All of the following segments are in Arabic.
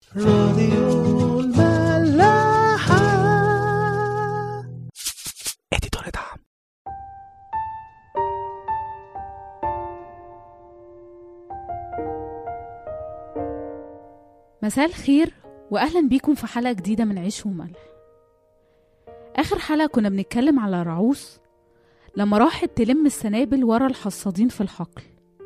راديو الملاحة. اديتور دعم. مساء الخير وأهلا بيكم في حلقة جديدة من عيش وملح. آخر حلقة كنا بنتكلم على رعوس لما راحت تلم السنابل ورا الحصادين في الحقل،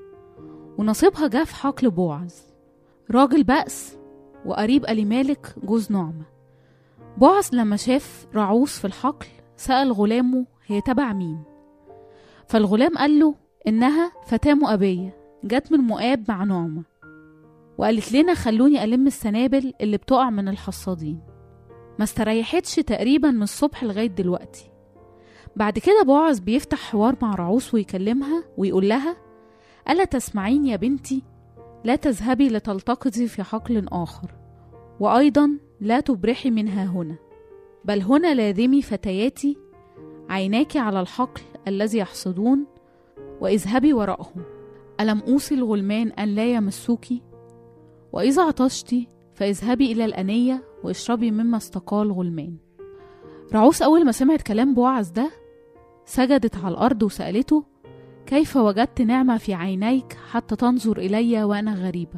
ونصيبها جاء في حقل بوعز راجل بأس وقريب أليمالك جوز نعمة. بوعز لما شاف رعوس في الحقل سأل غلامه هي تبع مين، فالغلام قال له إنها فتاة مؤابية جت من مؤاب مع نعمة، وقالت لنا خلوني ألم السنابل اللي بتقع من الحصادين. ما استريحتش تقريبا من الصبح لغاية دلوقتي. بعد كده بوعز بيفتح حوار مع رعوس ويكلمها ويقول لها: ألا تسمعين يا بنتي؟ لا تذهبي لتلتقطي في حقل آخر، وأيضا لا تبرحي منها هنا، بل هنا لازمي فتياتي عيناك على الحقل الذي يحصدون، واذهبي وراءهم. ألم أوصي الغلمان أن لا يمسوكي؟ وإذا عطشت فاذهبي إلى الأنية واشربي مما استقى الغلمان. رعوس أول ما سمعت كلام بوعز ده سجدت على الأرض وسألته: كيف وجدت نعمة في عينيك حتى تنظر إلي وأنا غريبة؟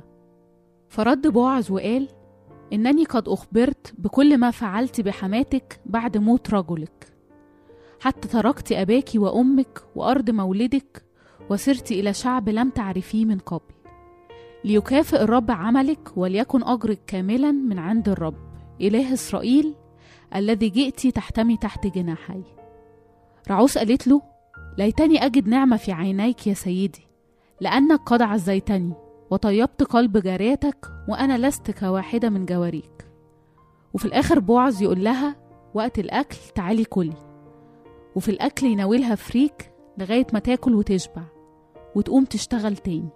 فرد بوعز وقال: إنني قد أخبرت بكل ما فعلت بحماتك بعد موت رجلك، حتى تركت أباك وأمك وأرض مولدك وسرت إلى شعب لم تعرفيه من قبل، ليكافئ الرب عملك وليكن أجرك كاملا من عند الرب إله إسرائيل الذي جئت تحتمي تحت جناحي. رعوس قالت له: ليتني أجد نعمة في عينيك يا سيدي، لأنك قد عزيتني وطيبت قلب جاريتك وأنا لست كواحدة من جواريك. وفي الآخر بوعز يقول لها: وقت الأكل تعالي كلي، وفي الأكل يناولها فريك لغاية ما تاكل وتشبع وتقوم تشتغل تاني.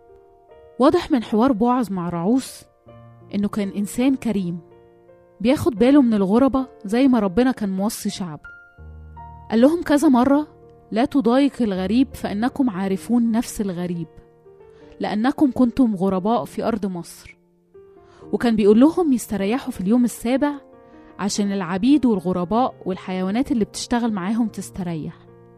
واضح من حوار بوعز مع رعوس إنه كان إنسان كريم بياخد باله من الغربة زي ما ربنا كان موصي شعبه. قال لهم كذا مرة: لا تضايق الغريب فإنكم عارفون نفس الغريب، لأنكم كنتم غرباء في أرض مصر. وكان بيقول لهم يستريحوا في اليوم السابع عشان العبيد والغرباء والحيوانات اللي بتشتغل معاهم تستريح.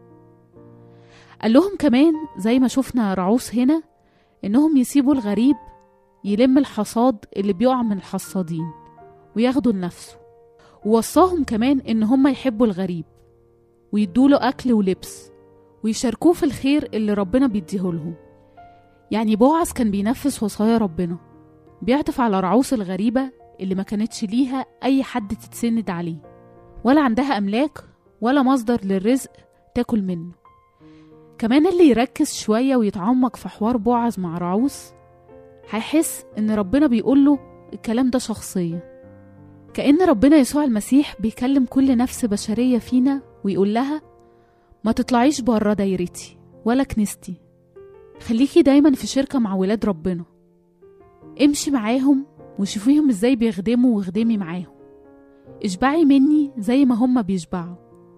قال لهم كمان زي ما شفنا رعوس هنا إنهم يسيبوا الغريب يلم الحصاد اللي بيقع من الحصادين وياخدوا لنفسه. ووصاهم كمان إن هم يحبوا الغريب ويدوله أكل ولبس ويشاركوه في الخير اللي ربنا بيديهولهم. يعني بوعز كان بينفذ وصايا ربنا، بيعطف على رعوس الغريبة اللي ما كانتش ليها أي حد تتسند عليه ولا عندها أملاك ولا مصدر للرزق تاكل منه. كمان اللي يركز شوية ويتعمق في حوار بوعز مع رعوس هيحس إن ربنا بيقوله الكلام ده شخصيا، كأن ربنا يسوع المسيح بيكلم كل نفس بشرية فينا ويقول لها: ما تطلعيش برا دايرتي ولا كنيستي، خليكي دايما في شركة مع ولاد ربنا، امشي معاهم وشوفيهم ازاي بيخدموا واخدمي معاهم، اشبعي مني زي ما هم بيشبعوا،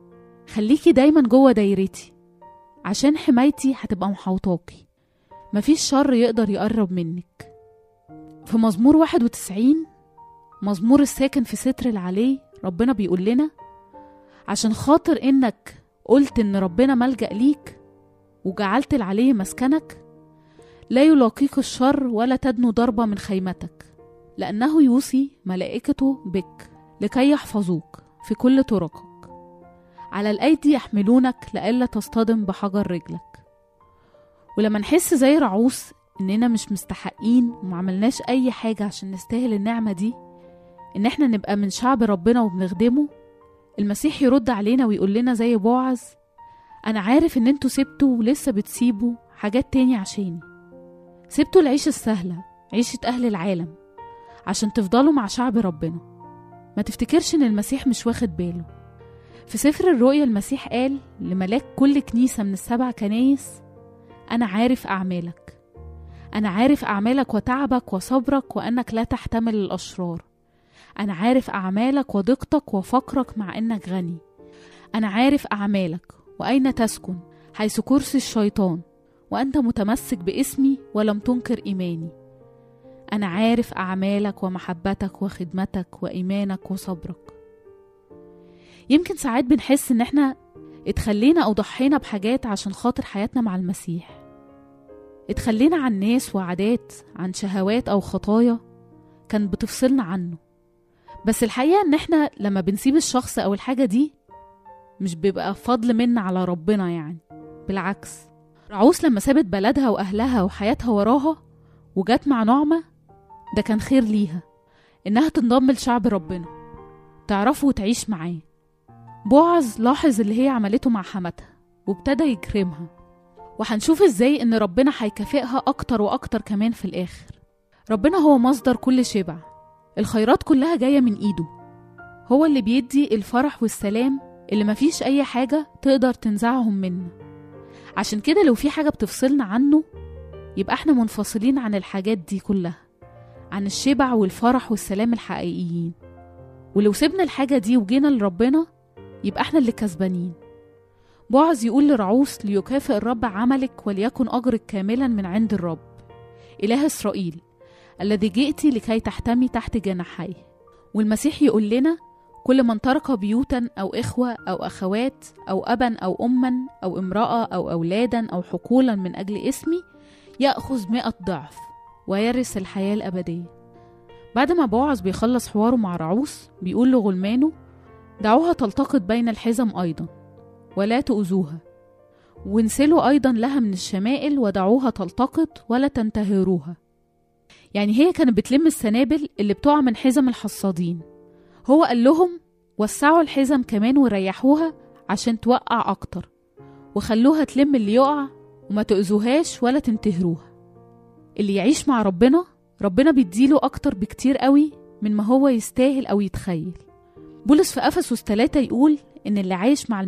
خليكي دايما جوه دايرتي عشان حمايتي هتبقى محوطاكي، مفيش شر يقدر يقرب منك. في مزمور 91 مزمور الساكن في ستر العلي ربنا بيقول لنا: عشان خاطر انك قلت ان ربنا ملجأ ليك وجعلت العلي مسكنك، لا يلاقيك الشر ولا تدنو ضربة من خيمتك، لأنه يوصي ملائكته بك لكي يحفظوك في كل طرقك، على الأيدي يحملونك لئلا تصطدم بحجر رجلك. ولما نحس زي رعوس إننا مش مستحقين ومعملناش أي حاجة عشان نستاهل النعمة دي، إن احنا نبقى من شعب ربنا وبنخدمه، المسيح يرد علينا ويقول لنا زي بوعز: أنا عارف إن انتوا سبتوا ولسه بتسيبوا حاجات تاني عشاني، سبتوا العيشة السهلة، عيشة أهل العالم، عشان تفضلوا مع شعب ربنا. ما تفتكرش إن المسيح مش واخد باله. في سفر الرؤيا المسيح قال لملاك كل كنيسة من ال7 كنايس: أنا عارف أعمالك، أنا عارف أعمالك وتعبك وصبرك وأنك لا تحتمل الأشرار، أنا عارف أعمالك وضيقتك وفقرك مع أنك غني، أنا عارف أعمالك وأين تسكن حيث كرسي الشيطان، وأنت متمسك باسمي ولم تنكر إيماني. أنا عارف أعمالك ومحبتك وخدمتك وإيمانك وصبرك. يمكن ساعات بنحس إن إحنا اتخلينا أو ضحينا بحاجات عشان خاطر حياتنا مع المسيح، اتخلينا عن ناس وعادات، عن شهوات أو خطايا كانت بتفصلنا عنه. بس الحقيقة إن إحنا لما بنسيب الشخص أو الحاجة دي مش بيبقى فضل منا على ربنا، يعني بالعكس. رعوس لما سابت بلدها وأهلها وحياتها وراها وجات مع نعمة، ده كان خير ليها إنها تنضم لشعب ربنا، تعرفه وتعيش معاه. بوعز لاحظ اللي هي عملته مع حماتها وابتدى يكرمها، وهنشوف إزاي إن ربنا هيكافئها أكتر وأكتر كمان في الآخر. ربنا هو مصدر كل شبع، الخيرات كلها جاية من إيده، هو اللي بيدي الفرح والسلام اللي مفيش أي حاجة تقدر تنزعهم منا. عشان كده لو في حاجة بتفصلنا عنه يبقى احنا منفصلين عن الحاجات دي كلها، عن الشبع والفرح والسلام الحقيقيين. ولو سيبنا الحاجة دي وجينا لربنا يبقى احنا اللي كسبانين. بوعز يقول لرعوس: ليكافئ الرب عملك وليكن أجرك كاملا من عند الرب إله إسرائيل الذي جئت لكي تحتمي تحت جناحيه. والمسيح يقول لنا: كل من ترك بيوتا أو إخوة أو أخوات أو أبا أو أما أو امرأة أو أولادا أو حقولا من أجل اسمي يأخذ 100 ضعف ويرث الحياة الأبدية. بعد ما بوعز بيخلص حواره مع رعوس بيقول لغلمانه: دعوها تلتقط بين الحزم أيضا ولا تؤذوها، وانسلوا أيضا لها من الشمائل ودعوها تلتقط ولا تنتهروها. يعني هي كانت بتلم السنابل اللي بتقع من حزم الحصادين، هو قال لهم وسعوا الحزم كمان وريحوها عشان توقع أكتر، وخلوها تلم اللي يقع وما تؤذوهاش ولا تنتهروها. اللي يعيش مع ربنا، ربنا بيديله أكتر بكتير قوي من ما هو يستاهل أو يتخيل. بولس في أفسس 3 يقول إن اللي عايش مع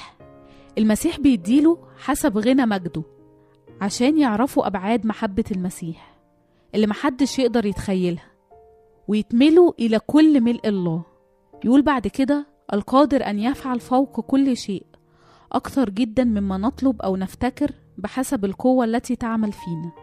المسيح بيديله حسب غنى مجده، عشان يعرفوا أبعاد محبة المسيح اللي محدش يقدر يتخيلها، ويتملوا إلى كل ملء الله. يقول بعد كده: القادر أن يفعل فوق كل شيء أكثر جدا مما نطلب أو نفتكر بحسب القوة التي تعمل فينا.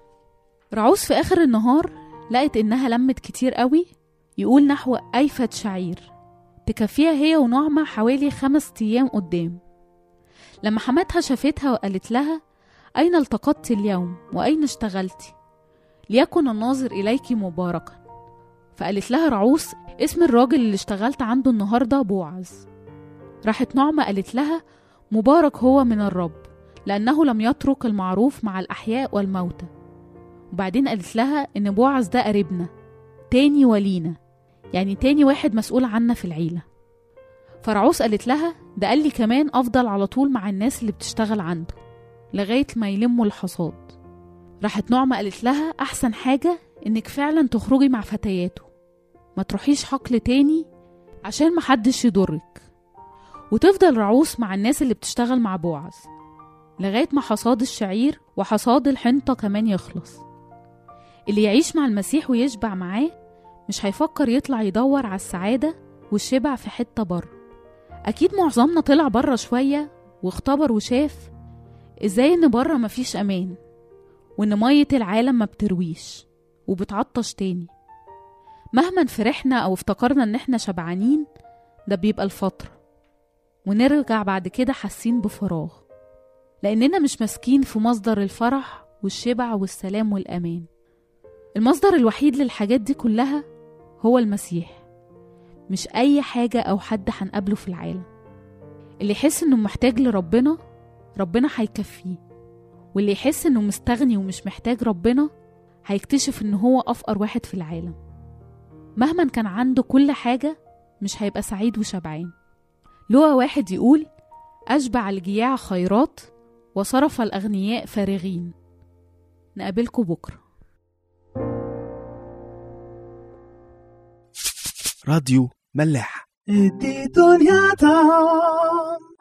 رعوس في آخر النهار لقت إنها لمت كتير قوي، يقول نحو أيفة شعير تكفيها هي ونعمة حوالي 5 أيام قدام. لما حماتها شافتها وقالت لها: أين التقطت اليوم وأين اشتغلتي؟ ليكن الناظر إليك مباركا. فقالت لها رعوس: اسم الراجل اللي اشتغلت عنده النهاردة بوعز. راحت نعمة قالت لها: مبارك هو من الرب لأنه لم يترك المعروف مع الأحياء والموتى. وبعدين قالت لها إن بوعز ده قريبنا تاني ولينا، يعني تاني واحد مسؤول عنا في العيلة. فرعوس قالت لها: ده قال لي كمان أفضل على طول مع الناس اللي بتشتغل عنده لغاية ما يلموا الحصاد. راحت نعمة قالت لها: أحسن حاجة إنك فعلا تخرجي مع فتياته، ما تروحيش حقل تاني عشان محدش يضرك. وتفضل رعوس مع الناس اللي بتشتغل مع بوعز لغاية ما حصاد الشعير وحصاد الحنطة كمان يخلص. اللي يعيش مع المسيح ويشبع معاه مش هيفكر يطلع يدور على السعادة والشبع في حتة بره. أكيد معظمنا طلع بره شوية واختبر وشاف إزاي إن بره مفيش أمان، وإن مية العالم ما بترويش وبتعطش تاني. مهما فرحنا أو افتكرنا إن احنا شبعانين، ده بيبقى الفترة، ونرجع بعد كده حاسين بفراغ لأننا مش ماسكين في مصدر الفرح والشبع والسلام والأمان. المصدر الوحيد للحاجات دي كلها هو المسيح، مش أي حاجة أو حد هنقابله في العالم. اللي يحس إنه محتاج لربنا، ربنا هيكفيه، واللي يحس إنه مستغني ومش محتاج ربنا هيكتشف إنه هو أفقر واحد في العالم. مهما كان عنده كل حاجة مش هيبقى سعيد وشبعان. لوقا 1 يقول: أشبع الجياع خيرات وصرف الأغنياء فارغين. نقابلكم بكرة. راديو ملاح. ادي دنيا طعم.